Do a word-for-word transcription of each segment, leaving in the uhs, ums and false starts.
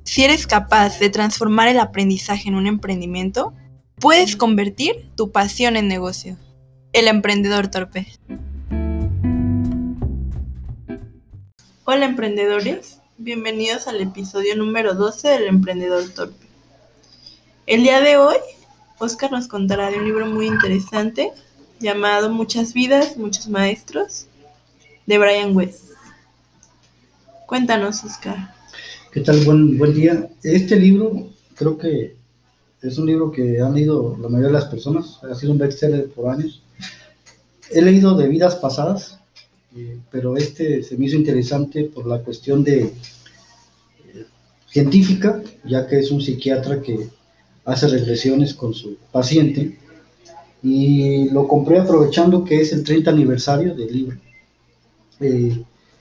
Si eres capaz de transformar el aprendizaje en un emprendimiento, puedes convertir tu pasión en negocio. El emprendedor torpe. Hola emprendedores, bienvenidos al episodio número doce del Emprendedor Torpe. El día de hoy, Oscar nos contará de un libro muy interesante llamado Muchas vidas, muchos maestros, de Brian Weiss. Cuéntanos, Oscar. ¿Qué tal? Buen, buen día. Este libro creo que es un libro que han leído la mayoría de las personas, ha sido un bestseller por años. He leído de vidas pasadas, eh, pero este se me hizo interesante por la cuestión de eh, científica, ya que es un psiquiatra que hace regresiones con su paciente, y lo compré aprovechando que es el treinta aniversario del libro. Eh,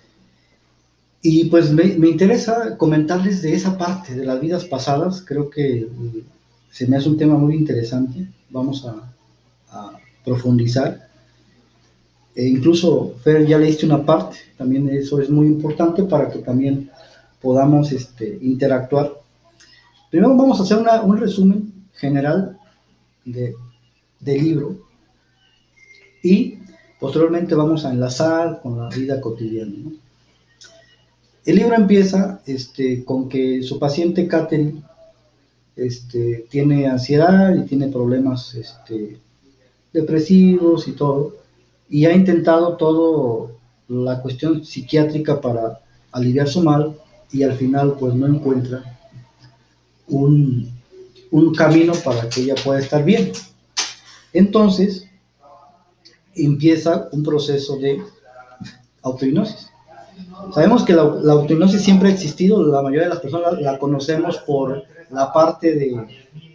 Y pues me, me interesa comentarles de esa parte, de las vidas pasadas. Creo que eh, se me hace un tema muy interesante. Vamos a, a profundizar. E incluso, Fer, ya leíste una parte, también eso es muy importante para que también podamos este, interactuar. Primero vamos a hacer una, un resumen general de, del libro y posteriormente vamos a enlazar con la vida cotidiana, ¿no? El libro empieza este, con que su paciente Catherine este, tiene ansiedad y tiene problemas este, depresivos y todo, y ha intentado todo la cuestión psiquiátrica para aliviar su mal, y al final pues no encuentra un, un camino para que ella pueda estar bien. Entonces empieza un proceso de autohipnosis. Sabemos que la, la autohipnosis siempre ha existido, la mayoría de las personas la, la conocemos por la parte de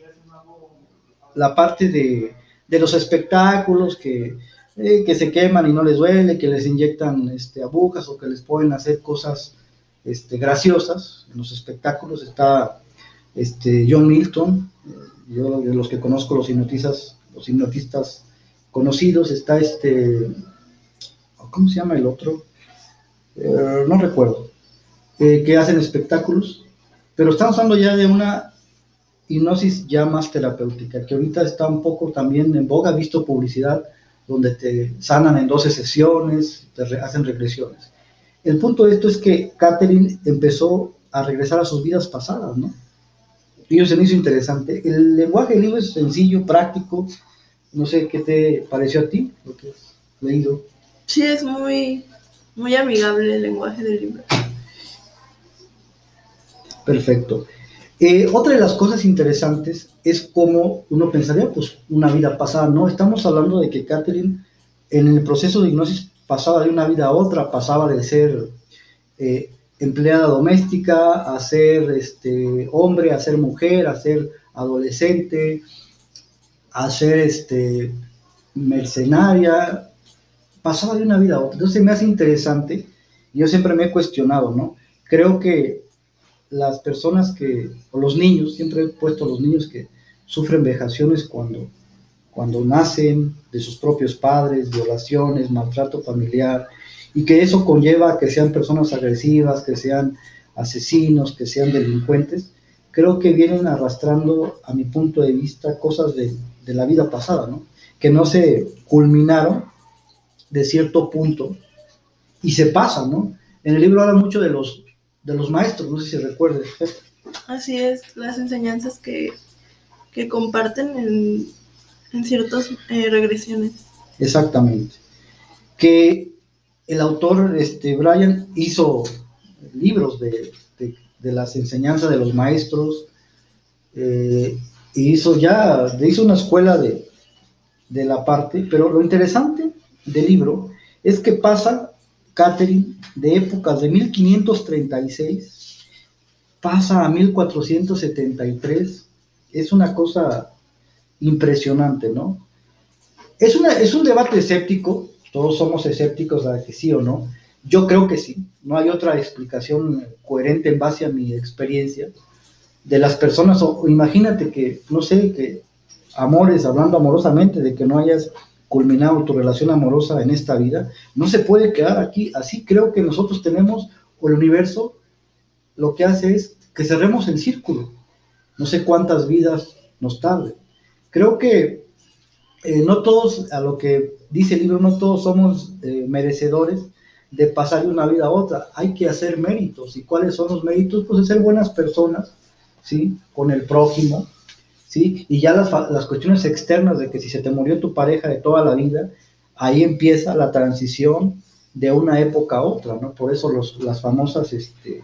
la parte de, de los espectáculos que, eh, que se queman y no les duele, que les inyectan este, agujas o que les pueden hacer cosas este, graciosas. En los espectáculos está este, John Milton, eh, yo de los que conozco los hipnotistas, los hipnotistas conocidos, está este, ¿cómo se llama el otro? Eh, no recuerdo, eh, que hacen espectáculos, pero estamos hablando ya de una hipnosis ya más terapéutica, que ahorita está un poco también en boga. He visto publicidad donde te sanan en doce sesiones, te re- hacen regresiones. El punto de esto es que Catherine empezó a regresar a sus vidas pasadas, ¿no? Y eso se me hizo interesante. El lenguaje del libro es sencillo, práctico. No sé qué te pareció a ti, lo que has leído. Sí, es muy, muy amigable el lenguaje del libro. Perfecto. Eh, otra de las cosas interesantes es cómo uno pensaría, pues, una vida pasada, ¿no? Estamos hablando de que Catherine, en el proceso de hipnosis, pasaba de una vida a otra, pasaba de ser eh, empleada doméstica a ser este, hombre, a ser mujer, a ser adolescente, a ser este, mercenaria, pasaba de una vida a otra. Entonces me hace interesante, yo siempre me he cuestionado, ¿no? Creo que las personas que, o los niños, siempre he puesto a los niños que sufren vejaciones cuando, cuando nacen de sus propios padres, violaciones, maltrato familiar, y que eso conlleva a que sean personas agresivas, que sean asesinos, que sean delincuentes. Creo que vienen arrastrando, a mi punto de vista, cosas de, de la vida pasada, ¿no? Que no se culminaron de cierto punto y se pasan, ¿no? En el libro habla mucho de los de los maestros, no sé si recuerdes. Así es, las enseñanzas que, que comparten en, en ciertas eh, regresiones. Exactamente. Que el autor, este, Brian, hizo libros de, de, de las enseñanzas de los maestros, eh, y hizo ya, hizo una escuela de, de la parte, pero lo interesante del libro es que pasa Catherine de épocas de mil quinientos treinta y seis, pasa a mil cuatrocientos setenta y tres, es una cosa impresionante, ¿no? Es, una, es un debate escéptico, todos somos escépticos a que sí o no. Yo creo que sí, no hay otra explicación coherente en base a mi experiencia de las personas. O, o imagínate que, no sé, que amores, hablando amorosamente, de que no hayas culminado tu relación amorosa en esta vida, no se puede quedar aquí así. Creo que nosotros tenemos, o el universo lo que hace es que cerremos el círculo. No sé cuántas vidas nos tarde. Creo que eh, no todos, a lo que dice el libro, no todos somos eh, merecedores de pasar de una vida a otra. Hay que hacer méritos. ¿Y cuáles son los méritos? Pues ser buenas personas, ¿sí? Con el prójimo, ¿sí? Y ya las, las cuestiones externas de que si se te murió tu pareja de toda la vida, ahí empieza la transición de una época a otra, ¿no? Por eso los, las famosas este,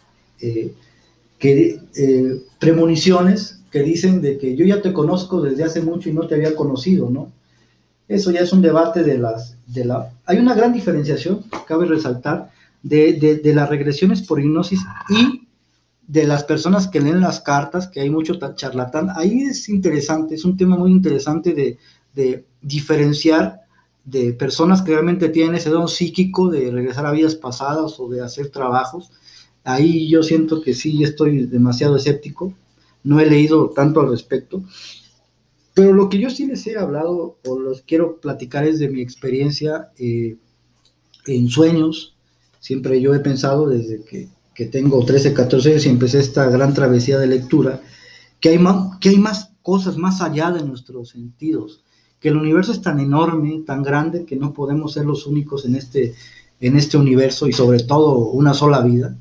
eh, que, eh, premoniciones que dicen de que yo ya te conozco desde hace mucho y no te había conocido, ¿no? Eso ya es un debate de las... De la, hay una gran diferenciación, cabe resaltar, de, de, de las regresiones por hipnosis y de las personas que leen las cartas, que hay mucho charlatán. Ahí es interesante, es un tema muy interesante de, de diferenciar de personas que realmente tienen ese don psíquico de regresar a vidas pasadas o de hacer trabajos. Ahí yo siento que sí estoy demasiado escéptico, no he leído tanto al respecto, pero lo que yo sí les he hablado o los quiero platicar es de mi experiencia eh, en sueños. Siempre yo he pensado desde que, que tengo trece, catorce años y empecé esta gran travesía de lectura, que hay, más, que hay más cosas más allá de nuestros sentidos, que el universo es tan enorme, tan grande, que no podemos ser los únicos en este, en este universo y sobre todo una sola vida.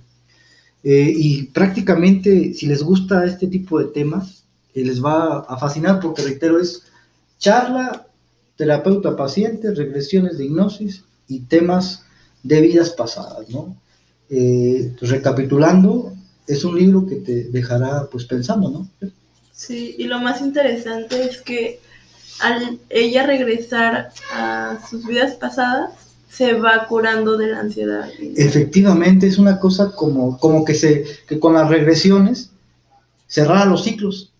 Eh, y prácticamente, si les gusta este tipo de temas, eh, les va a fascinar porque, reitero, es charla, terapeuta-paciente, regresiones de hipnosis y temas de vidas pasadas, ¿no? Eh, pues recapitulando, es un libro que te dejará pues pensando, ¿no? Sí, y lo más interesante es que al ella regresar a sus vidas pasadas, se va curando de la ansiedad. Efectivamente, es una cosa como, como que, se, que con las regresiones cerrara los ciclos.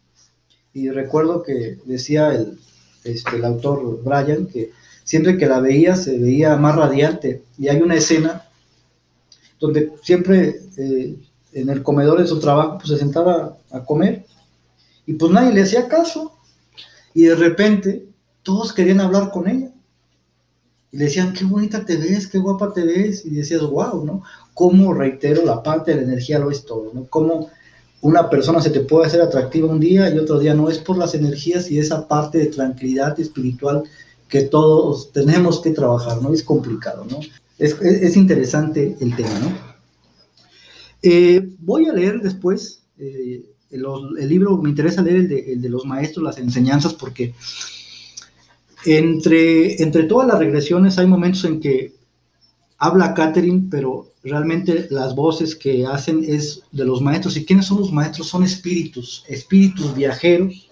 Y recuerdo que decía el, este, el autor Brian que siempre que la veía se veía más radiante. Y hay una escena donde siempre eh, en el comedor de su trabajo pues, se sentaba a comer y pues nadie le hacía caso. Y de repente todos querían hablar con ella. Y le decían, qué bonita te ves, qué guapa te ves. Y decías, wow, ¿no? Cómo, reitero, la parte de la energía lo es todo, ¿no? Cómo una persona se te puede hacer atractiva un día y otro día no, es por las energías y esa parte de tranquilidad espiritual que todos tenemos que trabajar, ¿no? Es complicado, ¿no? Es, es, es interesante el tema, ¿no? Eh, voy a leer después eh, el, el libro, me interesa leer el de, el de los maestros, las enseñanzas, porque Entre, entre todas las regresiones hay momentos en que habla Catherine, pero realmente las voces que hacen es de los maestros. ¿Y quiénes son los maestros? Son espíritus, espíritus viajeros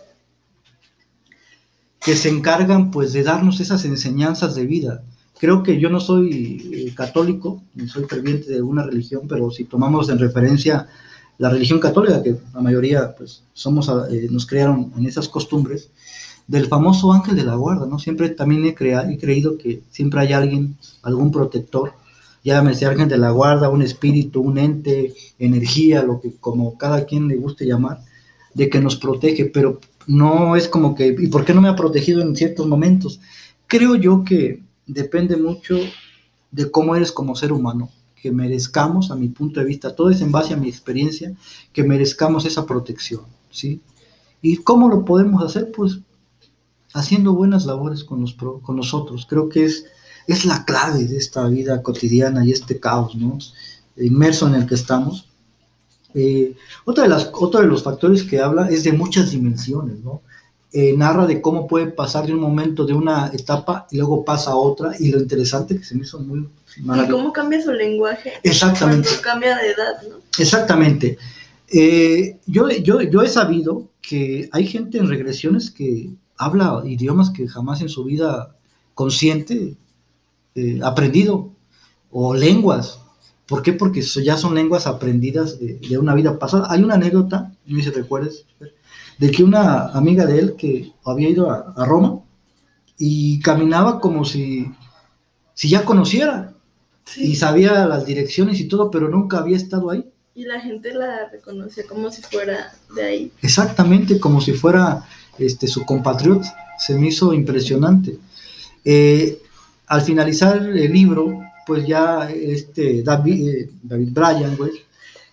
que se encargan pues de darnos esas enseñanzas de vida. Creo que yo no soy eh, católico, ni soy ferviente de una religión, pero si tomamos en referencia la religión católica, que la mayoría pues somos, eh, nos crearon en esas costumbres, del famoso ángel de la guarda, ¿no? Siempre también he, crea, he creído que siempre hay alguien, algún protector, llámese ángel de la guarda, un espíritu, un ente, energía, lo que como cada quien le guste llamar, de que nos protege, pero no es como que, ¿y por qué no me ha protegido en ciertos momentos? Creo yo que depende mucho de cómo eres como ser humano, que merezcamos, a mi punto de vista, todo es en base a mi experiencia, que merezcamos esa protección, ¿sí? ¿Y cómo lo podemos hacer? Pues haciendo buenas labores con, los, con nosotros. Creo que es, es la clave de esta vida cotidiana y este caos, ¿no? Inmerso en el que estamos. Eh, otra de las, otro de los factores que habla es de muchas dimensiones, ¿no? Eh, narra de cómo puede pasar de un momento, de una etapa, y luego pasa a otra, y lo interesante que se me hizo muy maravilloso. Y cómo cambia su lenguaje. Exactamente. Cuando cambia de edad, ¿no? Exactamente. Eh, yo, yo, yo he sabido que hay gente en regresiones que habla idiomas que jamás en su vida consciente eh, aprendido, o lenguas. ¿Por qué? Porque ya son lenguas aprendidas de, de una vida pasada. Hay una anécdota, no sé si recuerdes, de que una amiga de él que había ido a, a Roma y caminaba como si, si ya conociera, sí, y sabía las direcciones y todo, pero nunca había estado ahí. Y la gente la reconocía como si fuera de ahí. Exactamente, como si fuera este, su compatriota. Se me hizo impresionante. Eh, al finalizar el libro, pues ya este David, eh, David Bryan, güey,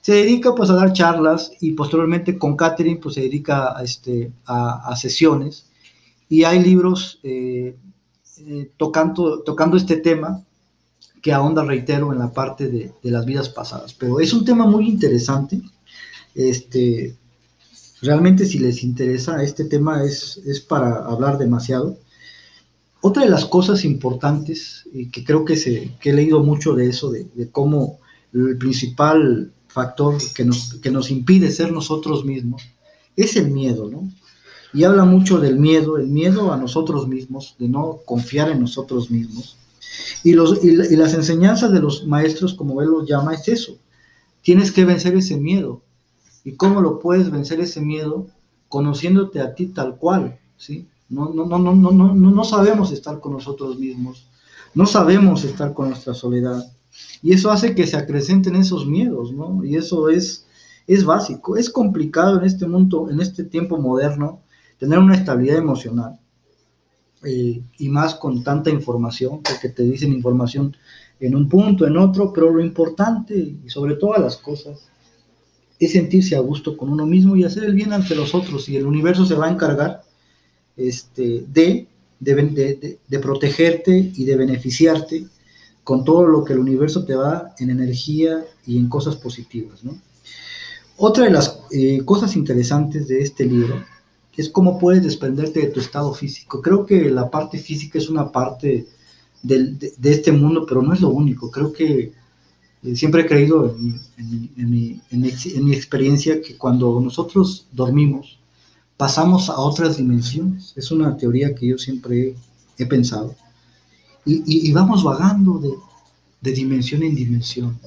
Se dedica pues a dar charlas y posteriormente con Catherine pues se dedica a, este, a, a sesiones y hay libros eh, eh, tocando, tocando este tema que ahonda, reitero, en la parte de, de las vidas pasadas. Pero es un tema muy interesante. Este, realmente si les interesa, este tema es, es para hablar demasiado. Otra de las cosas importantes, y que creo que, se, que he leído mucho de eso, de, de cómo el principal factor que nos, que nos impide ser nosotros mismos, es el miedo, ¿no? Y habla mucho del miedo, el miedo a nosotros mismos, de no confiar en nosotros mismos. Y, los, y, y las enseñanzas de los maestros, como él los llama, es eso. Tienes que vencer ese miedo. ¿Y cómo lo puedes vencer ese miedo? Conociéndote a ti tal cual, ¿sí? No, no, no, no, no, no, no sabemos estar con nosotros mismos, no sabemos estar con nuestra soledad, y eso hace que se acrecenten esos miedos, ¿no? Y eso es, es básico, es complicado en este mundo, en este tiempo moderno, tener una estabilidad emocional, eh, y más con tanta información, porque te dicen información en un punto, en otro, pero lo importante, y sobre todas las cosas, es sentirse a gusto con uno mismo y hacer el bien ante los otros, y el universo se va a encargar Este, de, de, de, de protegerte y de beneficiarte con todo lo que el universo te da en energía y en cosas positivas, ¿no? Otra de las eh, cosas interesantes de este libro es cómo puedes desprenderte de tu estado físico. Creo que la parte física es una parte del, de, de este mundo, pero no es lo único. Creo que eh, siempre he creído en mi, en, mi, en, mi, en, mi, en mi experiencia que cuando nosotros dormimos, pasamos a otras dimensiones. Es una teoría que yo siempre he, he pensado. Y, y, y, vamos vagando de, de dimensión en dimensión.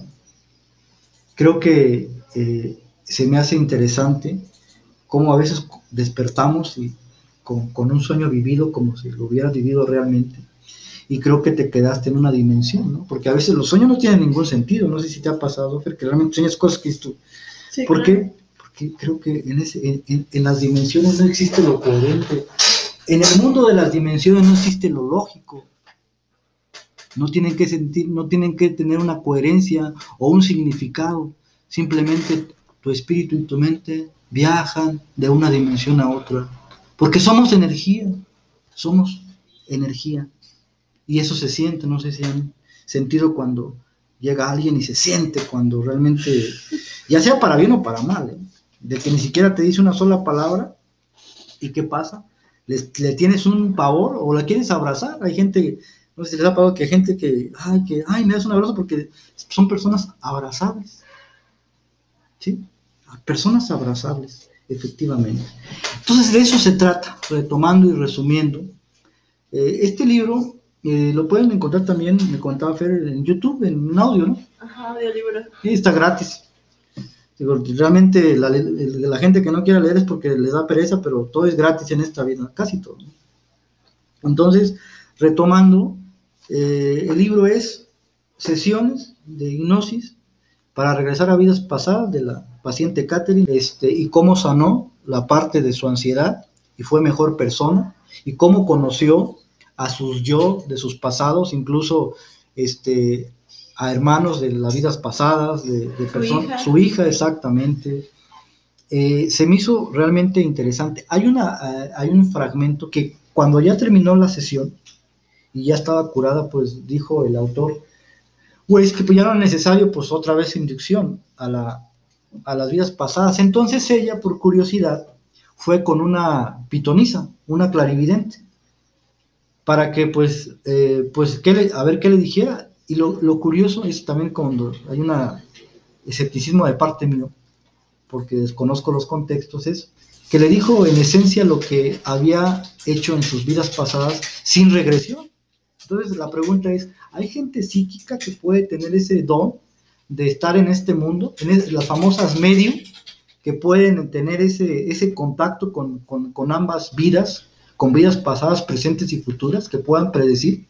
Creo que eh, se me hace interesante cómo a veces despertamos y con, con un sueño vivido como si lo hubieras vivido realmente. Y creo que te quedaste en una dimensión, ¿no? Porque a veces los sueños no tienen ningún sentido. No sé si te ha pasado, Fer, que realmente sueñas cosas que tú... Sí, ¿por claro. qué? Porque creo que en, ese, en, en las dimensiones no existe lo coherente. En el mundo de las dimensiones no existe lo lógico. No tienen que sentir, no tienen que tener una coherencia o un significado. Simplemente tu espíritu y tu mente viajan de una dimensión a otra. Porque somos energía. Somos energía. Y eso se siente, no sé si han sentido cuando llega alguien y se siente cuando realmente, ya sea para bien o para mal, ¿eh? De que ni siquiera te dice una sola palabra, ¿y qué pasa? Le, le tienes un pavor o la quieres abrazar. Hay gente, no sé si les ha pasado que hay gente que, ay, que, ay, me das un abrazo, porque son personas abrazables, ¿sí? Personas abrazables, efectivamente. Entonces de eso se trata, retomando y resumiendo. Eh, este libro eh, lo pueden encontrar también, me contaba Fer, en YouTube, en un audio, ¿no? Ajá, audiolibro. Sí, está gratis. Digo, realmente la, la gente que no quiera leer es porque les da pereza, pero todo es gratis en esta vida, casi todo. Entonces, retomando, eh, el libro es Sesiones de Hipnosis para regresar a vidas pasadas, de la paciente Catherine, este, y cómo sanó la parte de su ansiedad y fue mejor persona, y cómo conoció a sus yo de sus pasados, incluso este, a hermanos de las vidas pasadas, de, de personas, su hija, exactamente. Eh, se me hizo realmente interesante. Hay, una, uh, hay un fragmento que cuando ya terminó la sesión y ya estaba curada, pues dijo el autor, pues que pues ya no era necesario pues otra vez inducción a, la, a las vidas pasadas. Entonces ella, por curiosidad, fue con una pitonisa, una clarividente, para que pues, eh, pues que le, a ver qué le dijera. Y lo, lo curioso es también cuando hay un escepticismo de parte mío, porque desconozco los contextos, es que le dijo en esencia lo que había hecho en sus vidas pasadas sin regresión. Entonces la pregunta es, ¿hay gente psíquica que puede tener ese don de estar en este mundo? En las famosas medium, que pueden tener ese, ese contacto con, con, con ambas vidas, con vidas pasadas, presentes y futuras, que puedan predecir.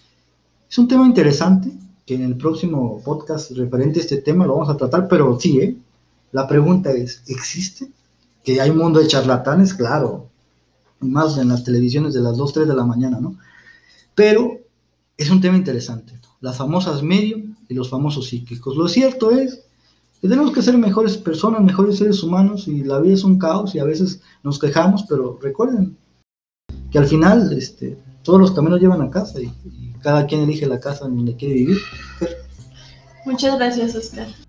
Es un tema interesante, que en el próximo podcast referente a este tema lo vamos a tratar, pero sí, ¿eh? La pregunta es, ¿existe? Que hay un mundo de charlatanes, claro, más en las televisiones de las dos, tres de la mañana, ¿no? Pero es un tema interesante, las famosas medium y los famosos psíquicos. Lo cierto es que tenemos que ser mejores personas, mejores seres humanos, y la vida es un caos y a veces nos quejamos, pero recuerden que al final este, todos los caminos llevan a casa y, y cada quien elige la casa en donde quiere vivir. Muchas gracias, Oscar.